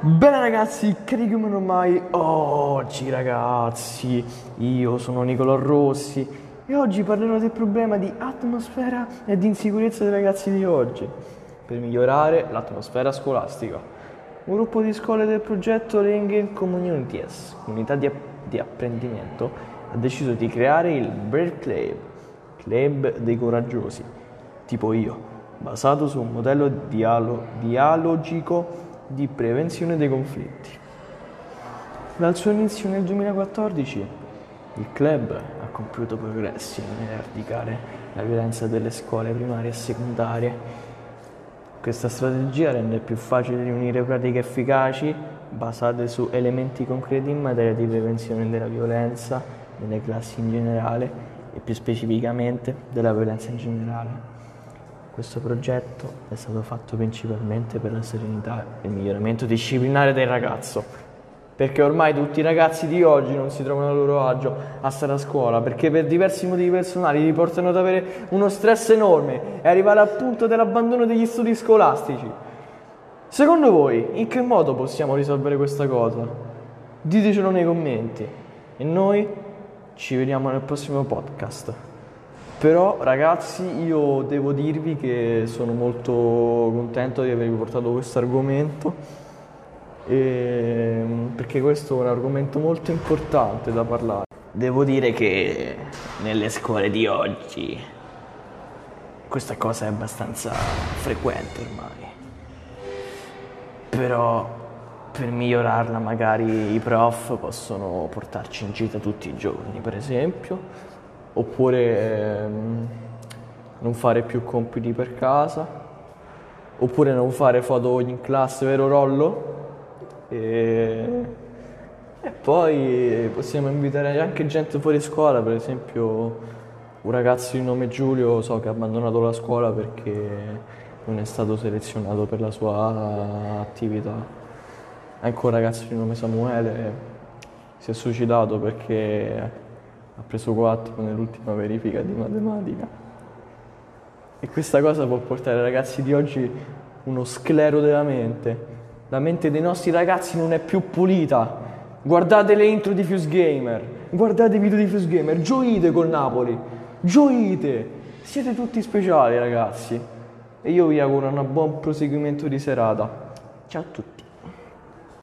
Bene ragazzi, cari come ormai, oggi ragazzi, io sono Nicolò Rossi e oggi parlerò del problema di atmosfera e di insicurezza dei ragazzi di oggi per migliorare l'atmosfera scolastica. Un gruppo di scuole del progetto Lengen Communities, comunità di apprendimento, ha deciso di creare il Brave Club, club dei coraggiosi, tipo io, basato su un modello dialogico di prevenzione dei conflitti. Dal suo inizio nel 2014 il club ha compiuto progressi nell'eradicare la violenza delle scuole primarie e secondarie. Questa strategia rende più facile riunire pratiche efficaci basate su elementi concreti in materia di prevenzione della violenza nelle classi in generale e più specificamente della violenza in generale. Questo progetto è stato fatto principalmente per la serenità e il miglioramento disciplinare del ragazzo, perché ormai tutti i ragazzi di oggi non si trovano a loro agio a stare a scuola, perché per diversi motivi personali li portano ad avere uno stress enorme e arrivare al punto dell'abbandono degli studi scolastici. Secondo voi, in che modo possiamo risolvere questa cosa? Ditecelo nei commenti e noi ci vediamo nel prossimo podcast. Però ragazzi, io devo dirvi che sono molto contento di avervi portato questo argomento perché questo è un argomento molto importante da parlare. Devo dire che nelle scuole di oggi questa cosa è abbastanza frequente ormai, però per migliorarla magari i prof possono portarci in gita tutti i giorni, per esempio, oppure non fare più compiti per casa, oppure non fare foto in classe, vero Rollo? E poi possiamo invitare anche gente fuori scuola, per esempio un ragazzo di nome Giulio so che ha abbandonato la scuola perché non è stato selezionato per la sua attività. Anche un ragazzo di nome Samuele si è suicidato perché ha preso 4 nell'ultima verifica di matematica. E questa cosa può portare ai ragazzi di oggi uno sclero della mente. La mente dei nostri ragazzi non è più pulita. Guardate le intro di Fuse Gamer, guardate i video di Fuse Gamer, gioite col Napoli, gioite! Siete tutti speciali ragazzi. E io vi auguro un buon proseguimento di serata. Ciao a tutti.